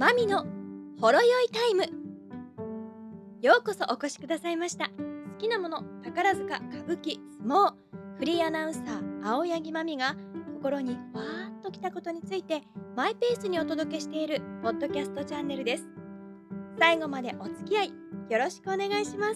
マミのほろよいタイム。ようこそお越しくださいました。好きなもの、宝塚、歌舞伎、相撲、フリーアナウンサー青柳まみが心にわーっときたことについてマイペースにお届けしているポッドキャストチャンネルです。最後までお付き合いよろしくお願いします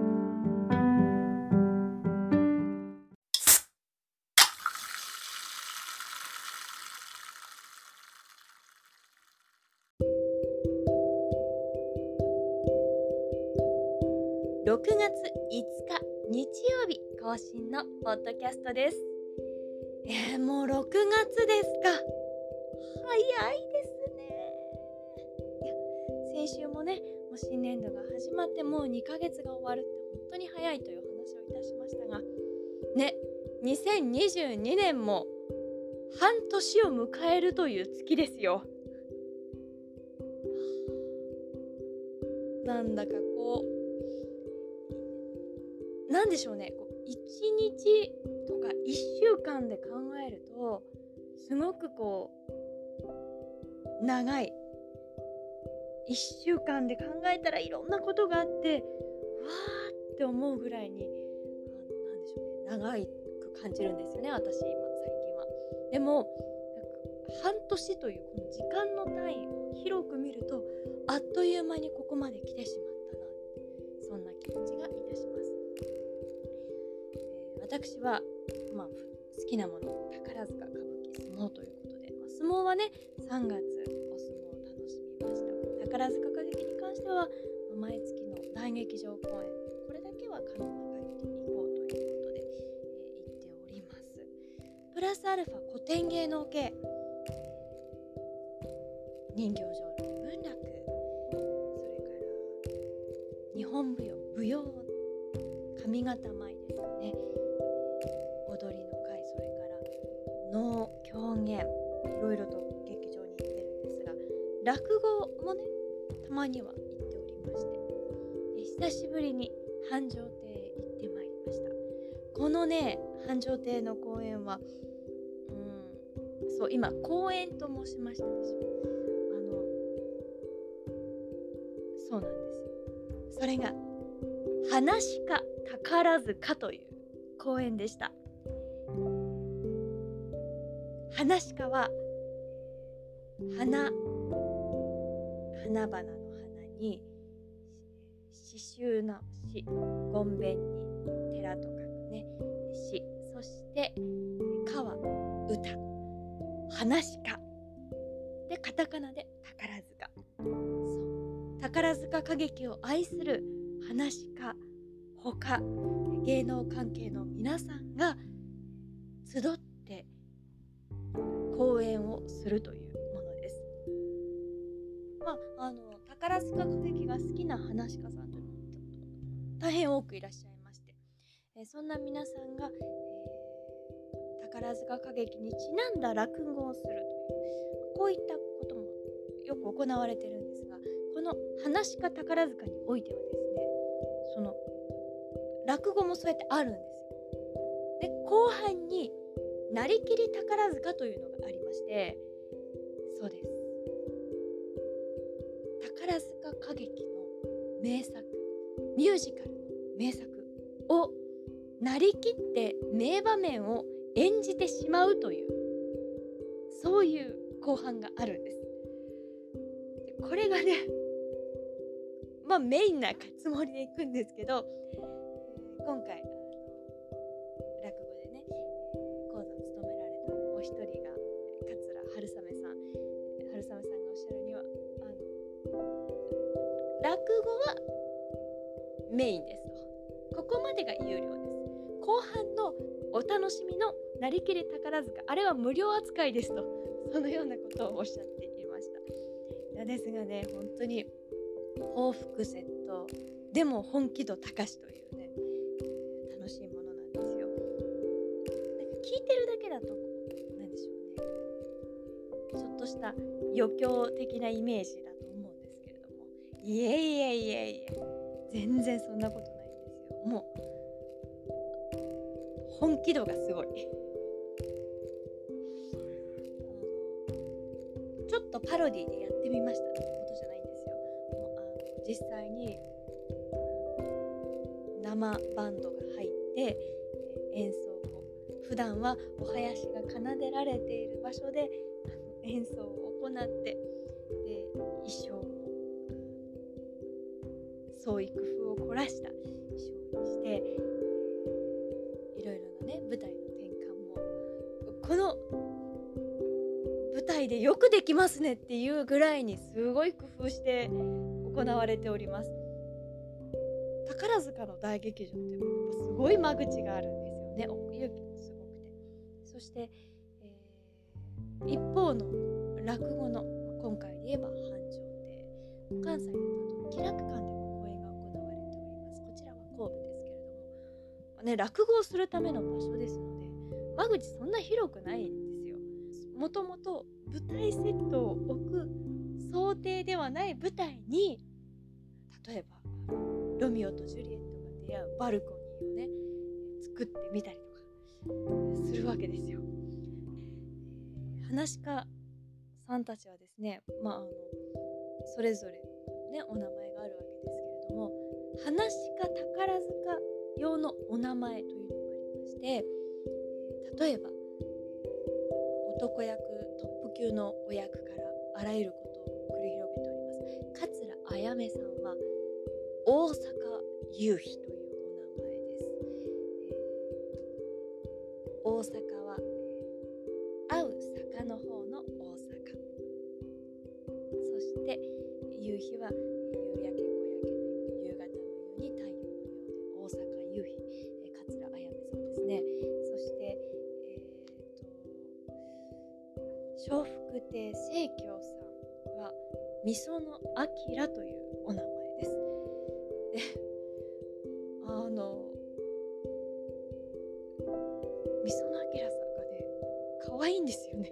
。6月5日日曜日更新のポッドキャストです。もう6月ですか。早いですね。先週もね、もう新年度が始まってもう2ヶ月が終わるって本当に早いという話をいたしましたがね、2022年も半年を迎えるという月ですよ。なんだかなんでしょうね、1日とか1週間で考えるとすごく長い。1週間で考えたらいろんなことがあってわーって思うぐらいになんでしょうね、長く感じるんですよね、私最近は。でも半年というこの時間の単位を広く見るとあっという間にここまで来てしまったな、そんな気持ちがいたします。私は、好きなもの、宝塚、歌舞伎、相撲ということで、相撲はね3月お相撲を楽しみました。宝塚歌劇に関しては毎月の大劇場公演、これだけは可能な限り行こうということで、行っております。プラスアルファ古典芸能系、人形浄瑠璃文楽、それから日本舞踊、舞踊上方舞ですかね、踊りの会、それから能、狂言、いろいろと劇場に行ってるんですが、落語もねたまには行っておりまして、で久しぶりに繁昌亭へ行ってまいりました。このね繁昌亭の公演はそう今公演と申しましたでしょ。そうなんですよ。それが噺家宝塚という公演でした。噺家は花々の花に刺繍の詩、ごんべんに寺と書くね詩、そして川、歌、噺家でカタカナで宝塚。そう宝塚歌劇を愛する噺家ほか芸能関係の皆さんが集って公演をするというものです。宝塚歌劇が好きな噺家さんというのも大変多くいらっしゃいまして、そんな皆さんが、宝塚歌劇にちなんだ落語をするという、こういったこともよく行われているんですが、この噺家宝塚においてはですね、その落語もそうやってあるんですよ。で後半になりきり宝塚というのがありまして、そうです、宝塚歌劇の名作、ミュージカルの名作をなりきって名場面を演じてしまうという、そういう後半があるんです。でこれがねメインなつもりでいくんですけど、今回落語でね講座を務められたお一人が桂春雨さんがおっしゃるには、落語はメインですと、ここまでが有料です、後半のお楽しみのなりきり宝塚、あれは無料扱いですと、そのようなことをおっしゃっていました。いやですがね、本当に報復セットでも本気度高しというね、楽しいものなんですよ。なんか聞いてるだけだとなんでしょうね、ちょっとした余興的なイメージだと思うんですけれども、いえ全然そんなことないんですよ。もう本気度がすごいちょょっとパロディでやってみましたってことじゃないんですよ。もう実際に生バンドが入って演奏を、普段はお囃子が奏でられている場所で演奏を行って、で衣装も創意工夫を凝らした衣装にして、いろいろなね舞台の転換もこの舞台でよくできますねっていうぐらいにすごい工夫して行われております。宝塚の大劇場ってすごい間口があるんですよね。奥行きもすごくて、そして、一方の落語の今回で言えば繁盛亭、関西だと気楽館でも公演が行われております。こちらは神戸ですけれども、ね、落語をするための場所ですので間口そんな広くないんですよ。もともと舞台セットを置く想定ではない舞台に、例えばロミオとジュリエットが出会うバルコニーをね作ってみたりとかするわけですよ。噺家さんたちはですね、それぞれねお名前があるわけですけれども、噺家宝塚用のお名前というのもありまして、例えば男役トップ級のお役からあらゆることを繰り広げております桂あやめさんは大阪夕日というお名前です。大阪は会う坂の方の大阪、そして夕日は夕焼け小焼けの夕方のように太陽のようで大阪夕日、桂あやめさんですね。そして笑福亭清鏡さんはみそのあきらというお名前です。でみそのあきらさんがね可愛いんですよね。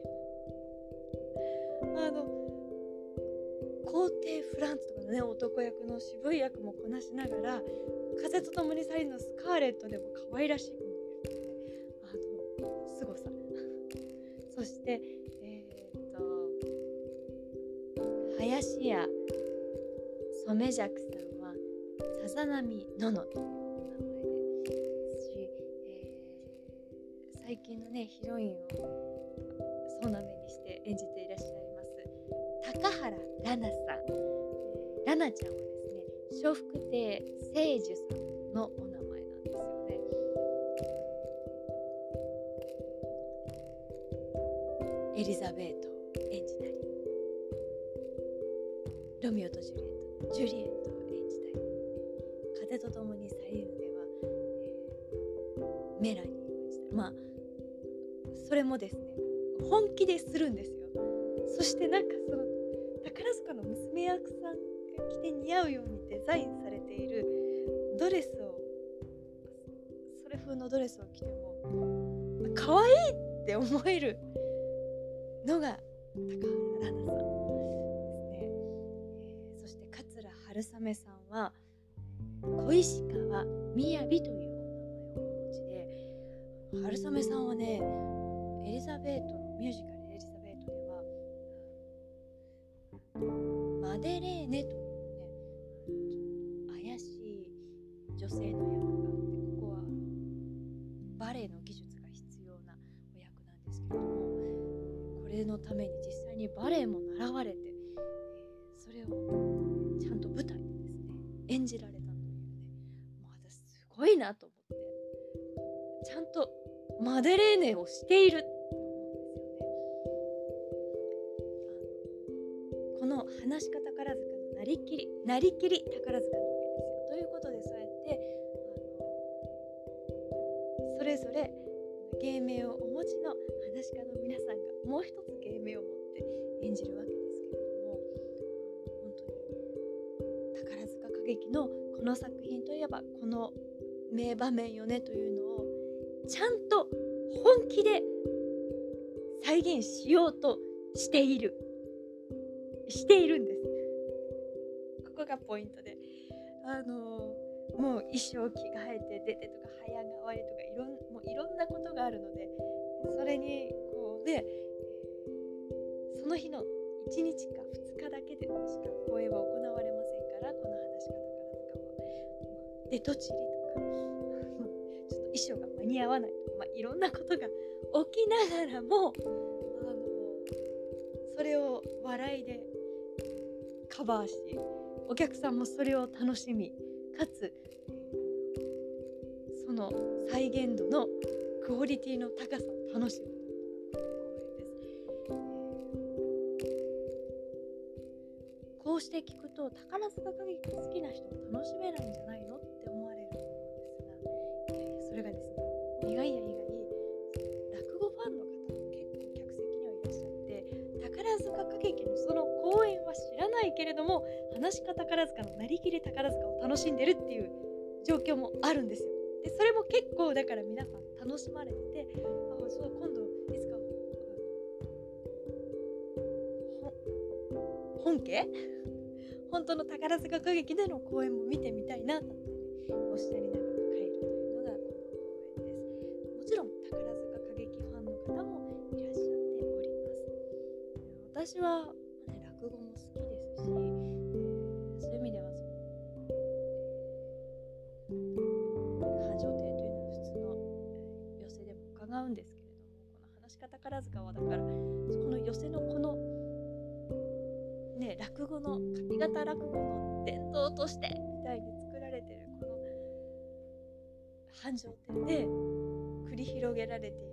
皇帝フランツとかのね男役の渋い役もこなしながら、風と共に去りのスカーレットでも可愛らしい子もいるので、ね、すごさそして林家染尺さんはさざ波ののというお名前ですし、最近のねヒロインをそうなめにして演じていらっしゃいます高原ラナさん、ラナちゃんはですね笑福亭清寿さんのお名前なんですよね。エリザベートを演じたり、ロミオとジュリエットを演じたり、風と共に去りぬでは、メラニーを演じたり、それもですね本気でするんですよ。そしてなんかその宝塚の娘役さんが着て似合うようにデザインされているドレスを、それ風のドレスを着ても可愛いって思えるのが高原ラナさんですね。そして桂春雨さんは小石川みやびというお名前をお持ちで、春雨さんはねエリザベートのミュージカルエリザベートではマデレーネというね怪しい女性の役があって、ここはバレエの技術が必要なお役なんですけれども、これのために実際にバレエも習われて、それをちゃんと舞台でですね演じられたというね、もう私すごいなと思って、ちゃんとマデレーネをしていると思うんですよね。この噺家宝塚のなりきり宝塚なわけですよ。ということで、そうやってそれぞれ芸名をお持ちの噺家の皆さんがもう一つ芸名を持って演じるわけですけれども、本当に宝塚歌劇のこの作品といえばこの名場面よねというのをちゃんと本気で再現しようとしているんです。ここがポイントで、もう衣装着替えて出てとか早変わりとかもういろんなことがあるので、それにこうね、その日の 1日か2日だけでしか公演は行われませんから、この話し方宝塚はデトチリとかちょっと衣装が間に合わないとか、いろんなことが起きながらもそれを笑いでカバーし、お客さんもそれを楽しみ、かつその再現度のクオリティの高さを楽しむというのが公演です。こうして聞くと宝塚歌劇が好きな人も楽しめるんじゃないのって思われると思うんですが、いやいや、それがですね、意外や意外、落語ファンの方も結構客席にはいらっしゃって、宝塚歌劇のその公演は知らないけれども、話し家宝塚のなりきり宝塚を楽しんでるっていう状況もあるんですよ。でそれも結構だから皆さん楽しまれてて、そう今度いつか本家本当の宝塚歌劇での公演も見てみたいなと、おっしゃりながら帰るというのがこの公演です。もちろん宝塚歌劇ファンの方もいらっしゃっております。私は、落語も好きですし、そういう意味では繁盛亭というのは普通の寄席でも伺うんですけれども、この話し家宝塚はだからこの寄席のこの落語の上方落語の伝統としてみたいに作られているこの繁盛亭で繰り広げられている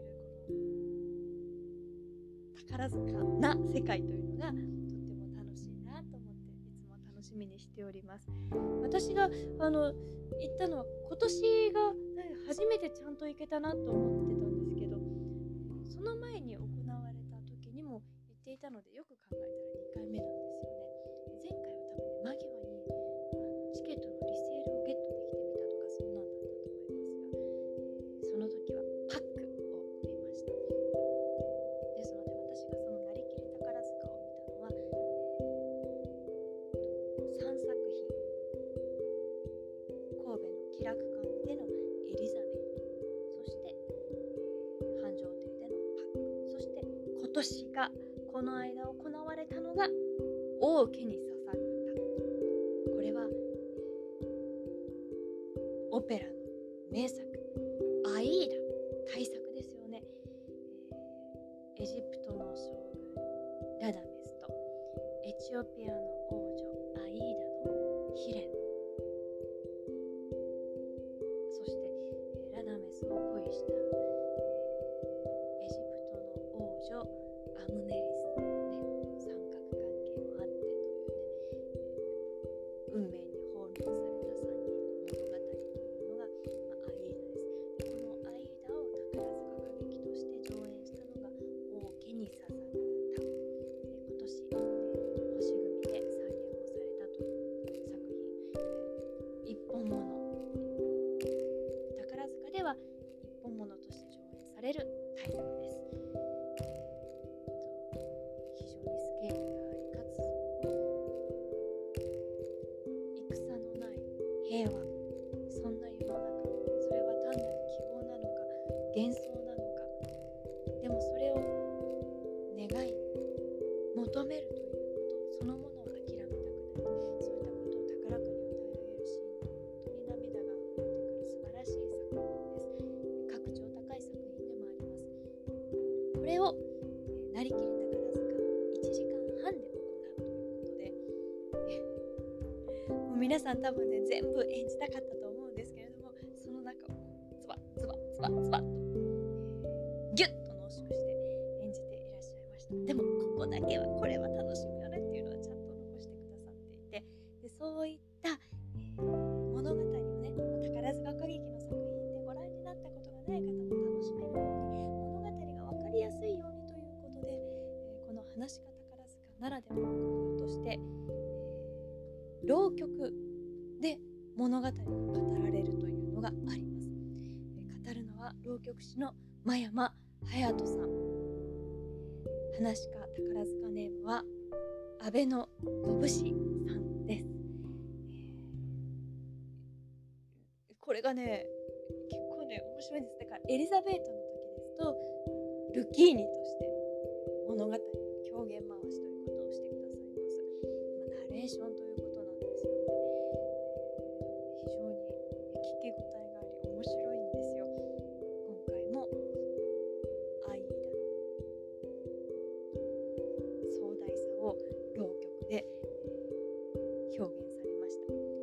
この宝塚な世界というのがとっても楽しいなと思っていつも楽しみにしております。私が行ったのは今年が初めてちゃんと行けたなと思ってたんですけど、その前に行われた時にも行っていたので、よく考えたら2回目なんですよね。前回は多分間際にチケットのリセールをゲットできてみたとか、そんなんだったと思いますが、その時はパックを見ました。ですので私がそのなりきり宝塚を見たのは、3作品、神戸の喜楽館でのエリザベート、そして繁盛亭でのパック、そして今年がこの間行われたのが王家に捧ぐ歌。これはオペラの名作アイーダ、大作ですよね。エジプトの将軍ラダメスとエチオピアの王女アイーダの悲恋、そしてラダメスを恋したエジプトの王女アムネリス、三角関係もあってという運命に翻弄された3人の物語というのが、アイーダです。でこのアイーダを宝塚歌劇として上演したのが王家に捧ぐ歌。今年、星組で再演もされたという作品、一本物、宝塚では一本物として上演される大作です。非常にスケールがあり、かつ戦のない平和、そんな世の中、それは単なる希望なのか幻想なのか、でもそれを願い求めるということそのものを諦めたくない、そういったことを高らかに歌い上げるシーンで本当に涙が溢れてくる素晴らしい作品です。格調高い作品でもあります。これをなりきり宝塚1時間半で行うということで、もう皆さん多分ね全部演じたかったと思うんですけれども、その中をズバッズバッズバッズバッと、ギュッと濃縮して演じていらっしゃいました。でもここだけはこれは楽しみよねっていうのはちゃんと残してくださっていて、でそういった、物語をね、宝塚歌劇の作品でご覧になったことがない方も楽しめるように、物語が分かりやすいようにということで、この話し家宝塚ならではの工夫として、浪曲で物語が語られるというのがあります。語るのは浪曲師の真山隼人さん。話し家宝塚ネームは安倍の拳さんです。これがね結構ね面白いんです。だからエリザベートの時ですとルキーニとして物語の狂言回しということをしてくださいます。ナレーションということなんですよね。非常に聞き応えがあり面白いんですよ。今回もアイーダの壮大さを浪曲で表現されました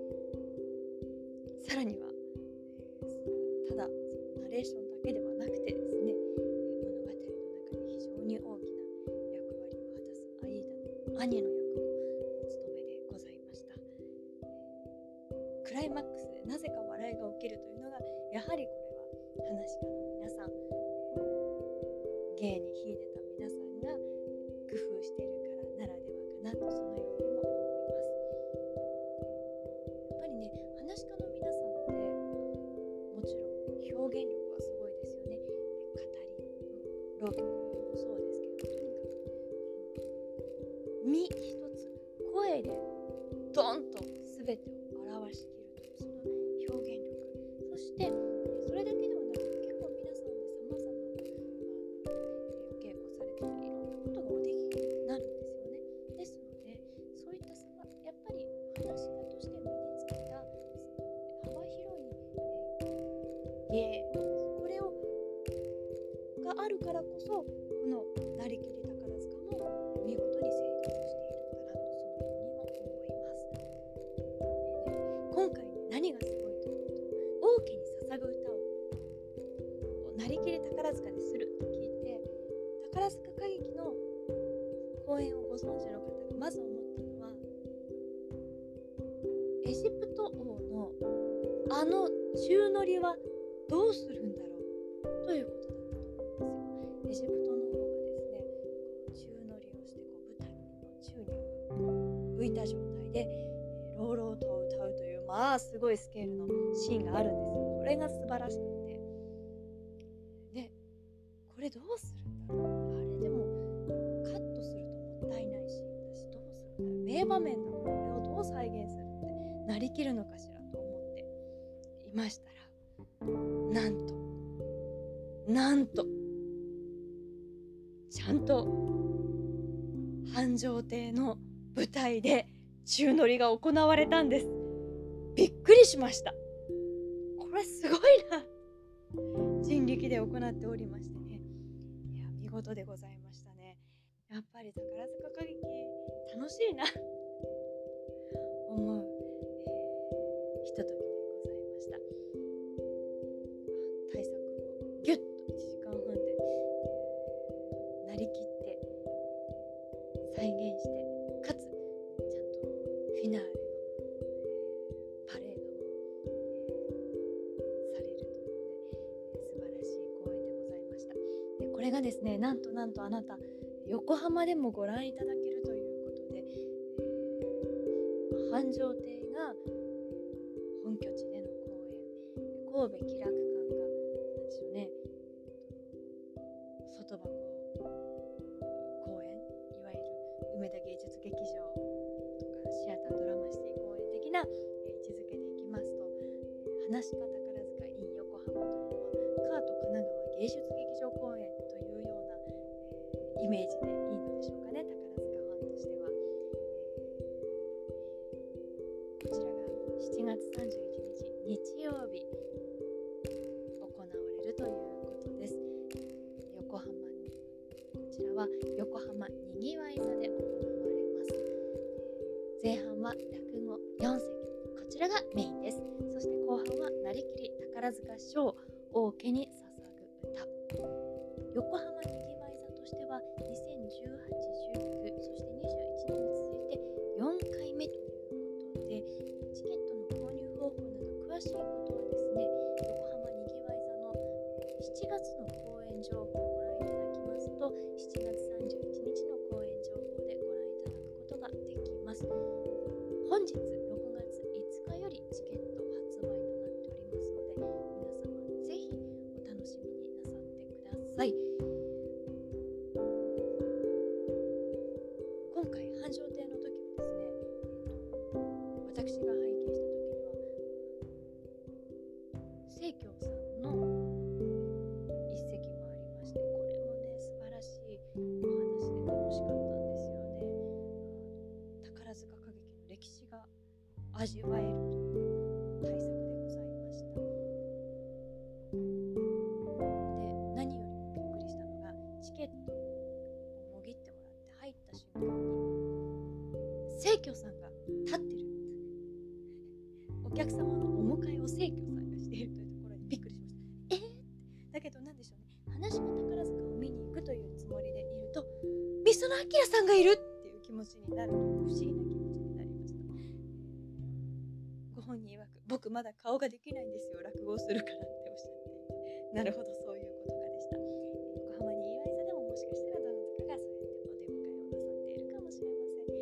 。さらには、ただそのナレーションだけではなくてですね、物語の中で非常に大きな役割を果たすアイーダの兄の役をお務めでございました。クライマックスでなぜか笑いが起きるというのが、やはりこれは話し家の皆さん、芸に秀でた皆さんが工夫しているからならではかなと、そのようにも思います。やっぱりね、話し家の皆さんってもちろん表現力はすごいですよね。語り、浪曲もそうですけど、とにかく身一つ、声でドンと全てを表しきるというその表現力、そしてそれだけではなくて、結構皆さんで様々なお稽古されてて、いろんなことがおできになるんですよね。ですので、そういったやっぱり話し家として身につけた幅広い芸、これをがあるからこそ、このなりきり宝塚も見事に成立しているんだなと、そのようにも思います。今回ね、何がすごいというと、王家に捧ぐ歌をなりきり宝塚ですると聞いて、宝塚歌劇の公演をご存知の方がまず思ったのは、エジプト王のあの宙乗りはどうするんだろうということだったと思うんですよ。エジプトの王がですね、宙乗りをして舞台の宙に浮いた状態で朗々と歌うという、すごいスケールのシーンがあるんですよ。これが素晴らしくて、でこれどうするんだろう、あれでもカットするともったいないし、私どうするんだろう、名場面だからこれをどう再現するってなりきるのかしらと思っていましたら、なんとちゃんと繁盛亭の舞台で宙乗りが行われたんです。びっくりしました。これすごいな。人力で行っておりましてね、いや、見事でございましたね。やっぱり宝塚歌劇楽しいな思う、ひとときでございました。大作をギュッと1時間半で、なりきって再現して、かつちゃんとフィナーレの、パレードも、されるというね、素晴らしい公演でございました。でこれがですね、なんとあなた横浜でもご覧いただけるということで、繁盛亭が本拠地での公演、神戸喜楽館がなんでしょうね、外箱公演、いわゆる梅田芸術劇場とかシアタードラマシティ公演的な位置づけでいきますと、話し家宝塚 in 横浜というのはカート神奈川芸術劇場公演というような、イメージでいいのでしょうかね、宝塚ファンとしては。こちらが7月31日日曜日行われるということです。横浜に、こちらは横浜にぎわい座で行われます。前半は落語4席、こちらがメインです。そして後半はなりきり宝塚賞王家に捧ぐ歌。横浜にぎわい座としては2018、19、そして21年に続いて4回目ということで、チケットの購入方法など詳しいことはですね、横浜にぎわい座の7月の公演情報をご覧いただきますと、7月31日の公演情報でご覧いただくことができます。本日6月5日よりチケット発売となっておりますので、皆様ぜひお楽しみになさってください。 味わえるという対策でございました。で、何よりもびっくりしたのが、チケットをもぎってもらって入った瞬間に清居さんが立ってる、お客様のお迎えを清居さんがしているというところにびっくりしました。だけどなんでしょうね、花島宝塚を見に行くというつもりでいると、美空明さんがいるっていう気持ちになるという不思議な気持ちになりました。ご本人曰く、僕まだ顔ができないんですよ、落語をするからっておっしゃっていて、なるほど、そういうことかでした。横浜に岩井座でももしかしたらどなたかがそうやってお出迎えをなさっているかもしれません。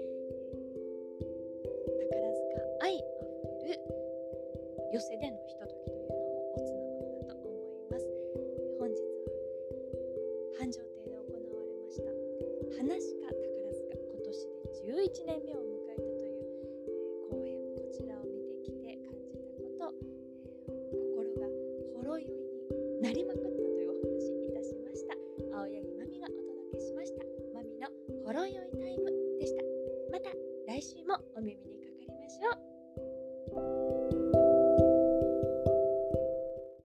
宝塚愛あふれる寄席でのひとときというのもおつなものだと思います。本日は繁盛亭で行われました花鹿宝塚、今年で11年目を迎えたという、公演、こちらを見てきて感じたこと、心がほろ酔いになりまくったというお話いたしました。青柳まみがお届けしました。まみのほろ酔いタイムでした。また来週もお耳にかかりましょう。